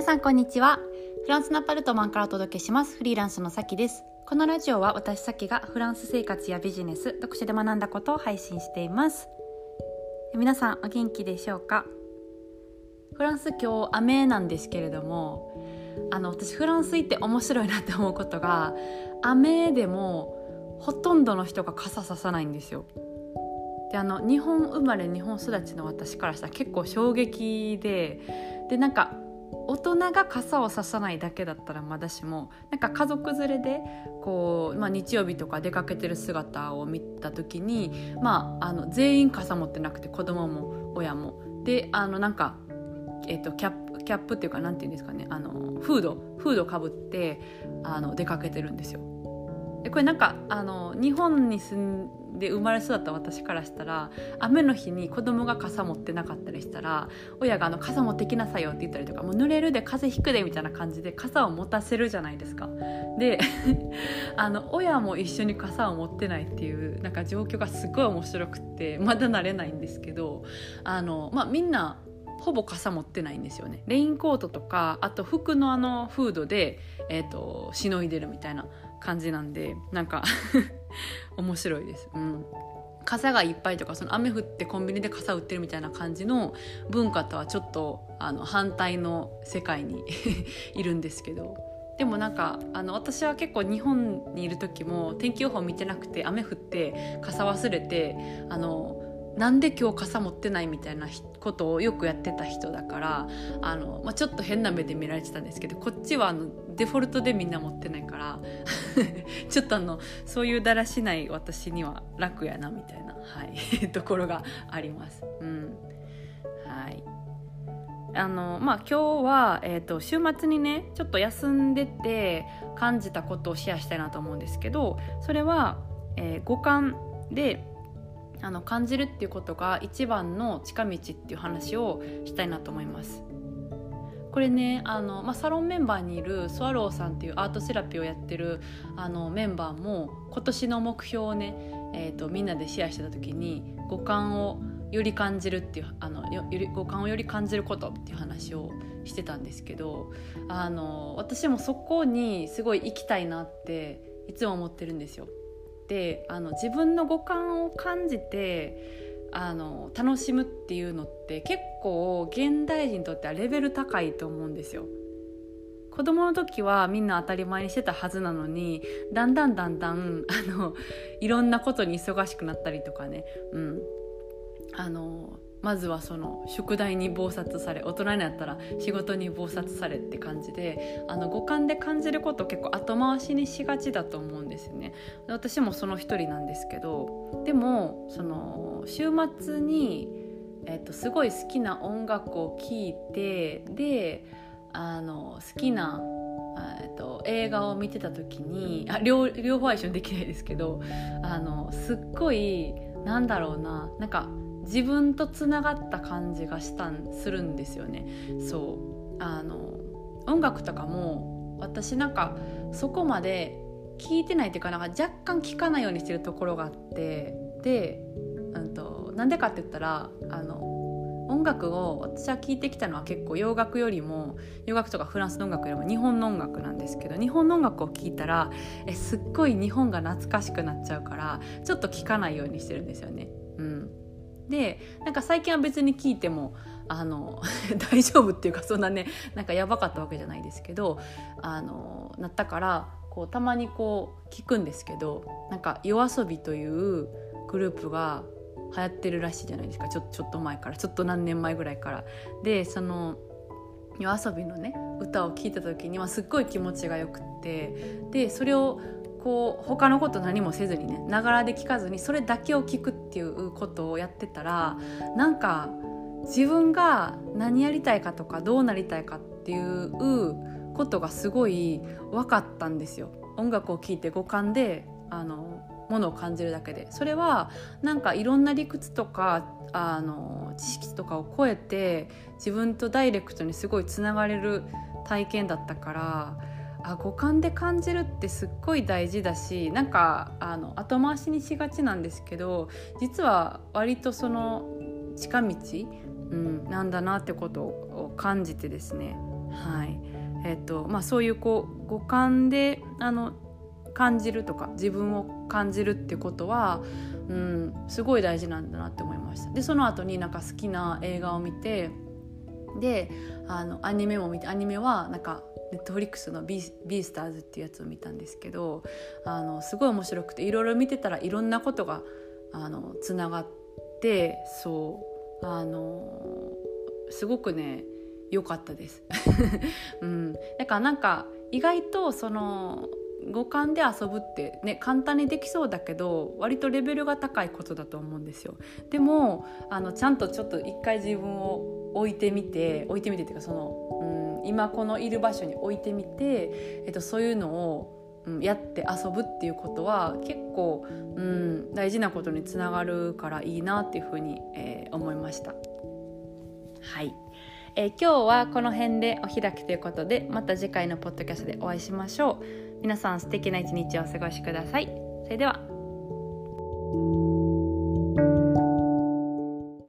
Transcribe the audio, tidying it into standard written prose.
さんこんにちは。フランスのアパルトマンからお届けしますフリーランスのさきです。このラジオは私さきがフランス生活やビジネス、読書で学んだことを配信しています。皆さんお元気でしょうか？フランス今日雨なんですけれども、私フランス行って面白いなって思うことが、雨でもほとんどの人が傘ささないんですよ。で日本生まれ日本育ちの私からしたら結構衝撃でなんか大人が傘をささないだけだったらまだしも、なんか家族連れでこう、日曜日とか出かけてる姿を見た時に、全員傘持ってなくて、子供も親もでなんか、キャップっていうかなんていうんですかね、フードかぶって出かけてるんですよ。でこれなんか日本に住んで生まれ育った私からしたら、雨の日に子供が傘持ってなかったりしたら、親が傘持ってきなさいよって言ったりとか、もう濡れるで風邪ひくでみたいな感じで傘を持たせるじゃないですか。で親も一緒に傘を持ってないっていうなんか状況がすごい面白くって、まだ慣れないんですけど、みんなほぼ傘持ってないんですよね。レインコートとか、あと服のフードで、しのいでるみたいな感じなんで、なんか面白いです、傘がいっぱいとか、その雨降ってコンビニで傘売ってるみたいな感じの文化とはちょっと反対の世界にいるんですけど、でもなんか私は結構日本にいる時も天気予報見てなくて、雨降って傘忘れてなんで今日傘持ってないみたいなことをよくやってた人だから、ちょっと変な目で見られてたんですけど、こっちはデフォルトでみんな持ってないからちょっとそういうだらしない私には楽やなみたいな、ところがあります。今日は、週末にねちょっと休んでて感じたことをシェアしたいなと思うんですけど、それは、五感で感じるっていうことが一番の近道っていう話をしたいなと思います。これねサロンメンバーにいるスワローさんっていうアートセラピーをやってるメンバーも今年の目標をね、みんなでシェアしてた時に、五感をより感じるっていう五感をより感じることっていう話をしてたんですけど、私もそこにすごい行きたいなっていつも思ってるんですよ。で自分の五感を感じて楽しむっていうのって結構現代人にとってはレベル高いと思うんですよ。子供の時はみんな当たり前にしてたはずなのに、だんだんいろんなことに忙しくなったりとかね、まずはその宿題に忙殺され、大人になったら仕事に忙殺されって感じで、五感で感じることを結構後回しにしがちだと思うんですよね。私もその一人なんですけど、でもその週末に、すごい好きな音楽を聴いて、で好きな映画を見てた時に両方は一緒にできないですけど、すっごいなんか自分とつながった感じがするんですよね。そう音楽とかも私なんかそこまで聞いてないっていうか、なんか若干聞かないようにしてるところがあって、でなんでかって言ったら音楽を私は聴いてきたのは結構洋楽とかフランスの音楽よりも日本の音楽なんですけど、日本の音楽を聴いたらすっごい日本が懐かしくなっちゃうから、ちょっと聴かないようにしてるんですよね。でなんか最近は別に聴いても大丈夫っていうか、そんなねなんかやばかったわけじゃないですけど、なったからこうたまにこう聞くんですけど、なんかYOASOBIというグループが流行ってるらしいじゃないですか。ちょっと前から、ちょっと何年前ぐらいから。でそのYOASOBIのね歌を聴いた時にはすっごい気持ちがよくって、でそれをこう他のこと何もせずにね、ながらで聞かずにそれだけを聞くっていうことをやってたら、なんか自分が何やりたいかとかどうなりたいかっていうことがすごい分かったんですよ。音楽を聴いて五感でものを感じるだけで、それはなんかいろんな理屈とか知識とかを超えて自分とダイレクトにすごいつながれる体験だったから、五感で感じるってすっごい大事だし、なんか後回しにしがちなんですけど、実は割とその近道、なんだなってことを感じてですね、 はいそういう五感で感じるとか自分を感じるってことは、すごい大事なんだなって思いました。でその後に好きな映画を見て、でアニメも見て、アニメはネットフリックスのビースターズっていうやつを見たんですけど、すごい面白くて、いろいろ見てたらいろんなことがつながって、すごくね良かったです、だから意外とその五感で遊ぶってね簡単にできそうだけど、割とレベルが高いことだと思うんですよ。でもちゃんとちょっと一回自分を置いてみてっていうか、今このいる場所に置いてみて、そういうのをやって遊ぶっていうことは結構、大事なことにつながるからいいなっていうふうに、思いました。はい、今日はこの辺でお開きということで、また次回のポッドキャストでお会いしましょう。皆さん素敵な一日をお過ごしください。それでは。